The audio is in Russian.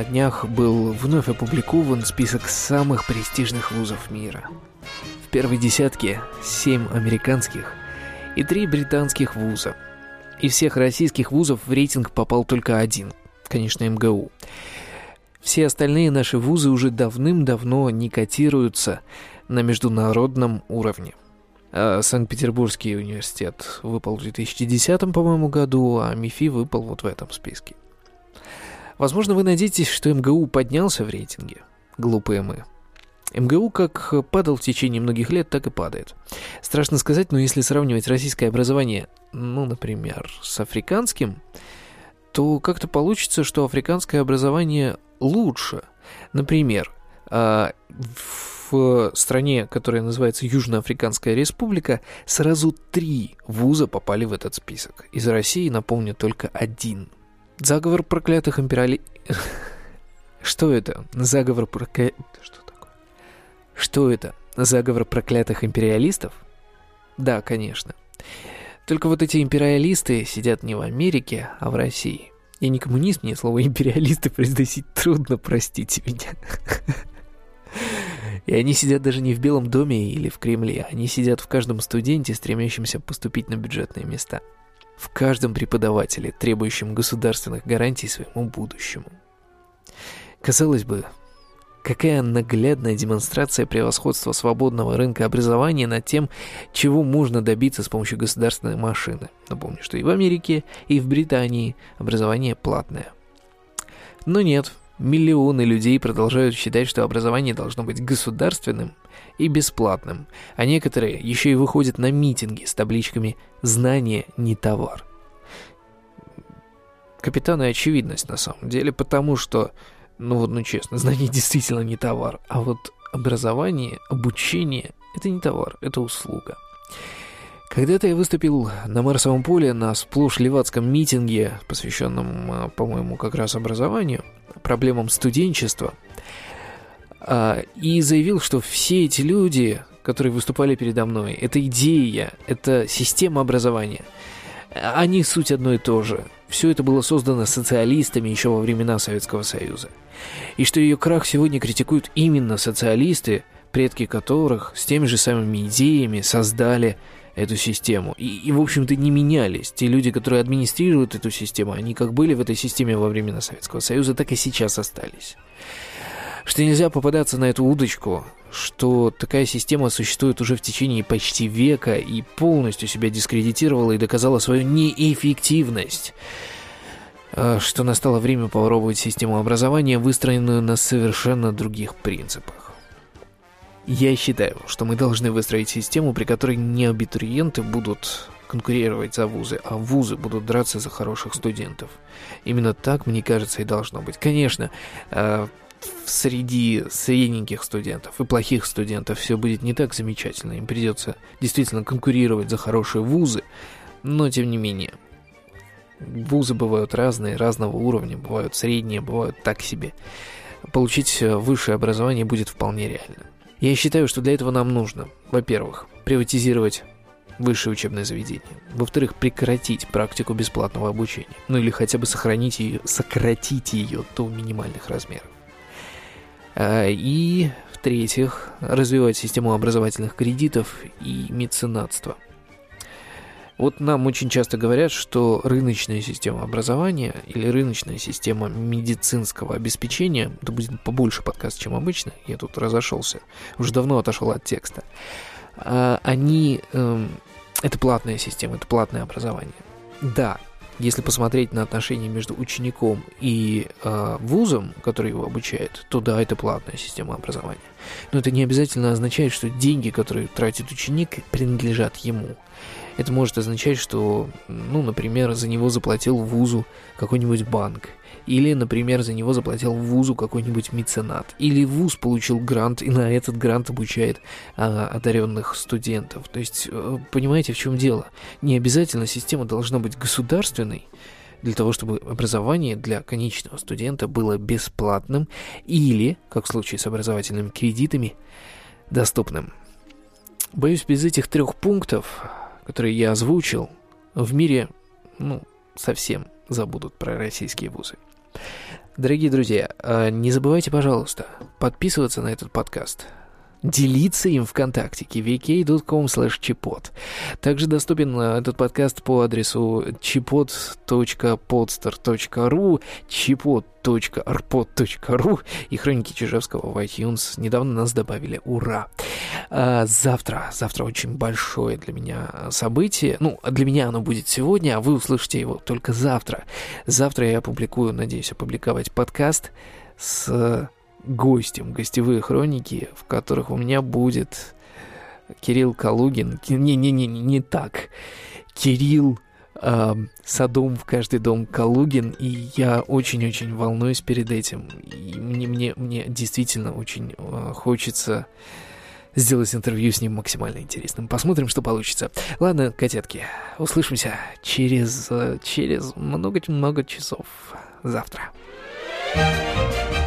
днях был вновь опубликован список самых престижных вузов мира. В первой десятке 7 американских и 3 британских вуза. Из всех российских вузов в рейтинг попал только один, конечно, МГУ. Все остальные наши вузы уже давным-давно не котируются на международном уровне. Санкт-Петербургский университет выпал в 2010, по-моему, году, а МИФИ выпал вот в этом списке. Возможно, вы надеетесь, что МГУ поднялся в рейтинге. Глупые мы. МГУ как падал в течение многих лет, так и падает. Страшно сказать, но если сравнивать российское образование, например, с африканским, то как-то получится, что африканское образование лучше. Например, в стране, которая называется Южноафриканская Республика, сразу 3 вуза попали в этот список. Из России, напомню, только 1. Заговор проклятых Что это? Заговор Что такое? Что это? Заговор проклятых империалистов? Да, конечно. Только вот эти империалисты сидят не в Америке, а в России. Я не коммунист, мне слово империалисты произносить трудно, простите меня. И они сидят даже не в Белом доме или в Кремле, они сидят в каждом студенте, стремящемся поступить на бюджетные места. В каждом преподавателе, требующем государственных гарантий своему будущему. Казалось бы, какая наглядная демонстрация превосходства свободного рынка образования над тем, чего можно добиться с помощью государственной машины. Напомню, что и в Америке, и в Британии образование платное. Но нет, миллионы людей продолжают считать, что образование должно быть государственным и бесплатным, а некоторые еще и выходят на митинги с табличками «Знание не товар». Капитан и очевидность на самом деле, потому что, честно, знание действительно не товар, а вот образование, обучение – это не товар, это услуга. Когда-то я выступил на Марсовом поле на сплошь левацком митинге, посвященном, по-моему, как раз образованию, проблемам студенчества, и заявил, что все эти люди, которые выступали передо мной, это идея, это система образования, они суть одно и то же. Все это было создано социалистами еще во времена Советского Союза. И что ее крах сегодня критикуют именно социалисты, предки которых с теми же самыми идеями создали эту систему. И, в общем-то, не менялись. Те люди, которые администрируют эту систему, они как были в этой системе во времена Советского Союза, так и сейчас остались. Что нельзя попадаться на эту удочку, что такая система существует уже в течение почти века и полностью себя дискредитировала и доказала свою неэффективность. Что настало время попробовать систему образования, выстроенную на совершенно других принципах. Я считаю, что мы должны выстроить систему, при которой не абитуриенты будут конкурировать за вузы, а вузы будут драться за хороших студентов. Именно так, мне кажется, и должно быть. Конечно, среди средненьких студентов и плохих студентов все будет не так замечательно. Им придется действительно конкурировать за хорошие вузы, но тем не менее. Вузы бывают разные, разного уровня, бывают средние, бывают так себе. Получить высшее образование будет вполне реально. Я считаю, что для этого нам нужно, во-первых, приватизировать высшее учебное заведение. Во-вторых, прекратить практику бесплатного обучения. Или хотя бы сократить ее до минимальных размеров. И, в-третьих, развивать систему образовательных кредитов и меценатства. Вот нам очень часто говорят, что рыночная система образования или рыночная система медицинского обеспечения, это будет побольше подкаст, чем обычно, я тут разошелся, уже давно отошел от текста, это платная система, это платное образование. Да, если посмотреть на отношения между учеником и вузом, который его обучает, то да, это платная система образования. Но это не обязательно означает, что деньги, которые тратит ученик, принадлежат ему. Это может означать, что, например, за него заплатил вузу какой-нибудь банк. Или, например, за него заплатил вузу какой-нибудь меценат. Или вуз получил грант, и на этот грант обучает одаренных студентов. То есть, понимаете, в чем дело? Не обязательно система должна быть государственной, для того, чтобы образование для конечного студента было бесплатным или, как в случае с образовательными кредитами, доступным. Боюсь, без этих 3 пунктов, которые я озвучил, в мире, совсем забудут про российские вузы. Дорогие друзья, не забывайте, пожалуйста, подписываться на этот подкаст, делиться им ВКонтактике vk.com/chipod. Также доступен этот подкаст по адресу chipod.podster.ru, chipod.arpod.ru и Хроники Чижевского в iTunes. Недавно нас добавили. Ура! Завтра очень большое для меня событие. Ну, для меня оно будет сегодня, а вы услышите его только завтра. Завтра я опубликую, надеюсь, опубликовать подкаст с гостем, гостевые хроники, в которых у меня будет Кирилл Калугин. Не так. Кирилл Садом в каждый дом Калугин, и я очень-очень волнуюсь перед этим. И мне действительно очень хочется сделать интервью с ним максимально интересным. Посмотрим, что получится. Ладно, котятки, услышимся через много часов завтра.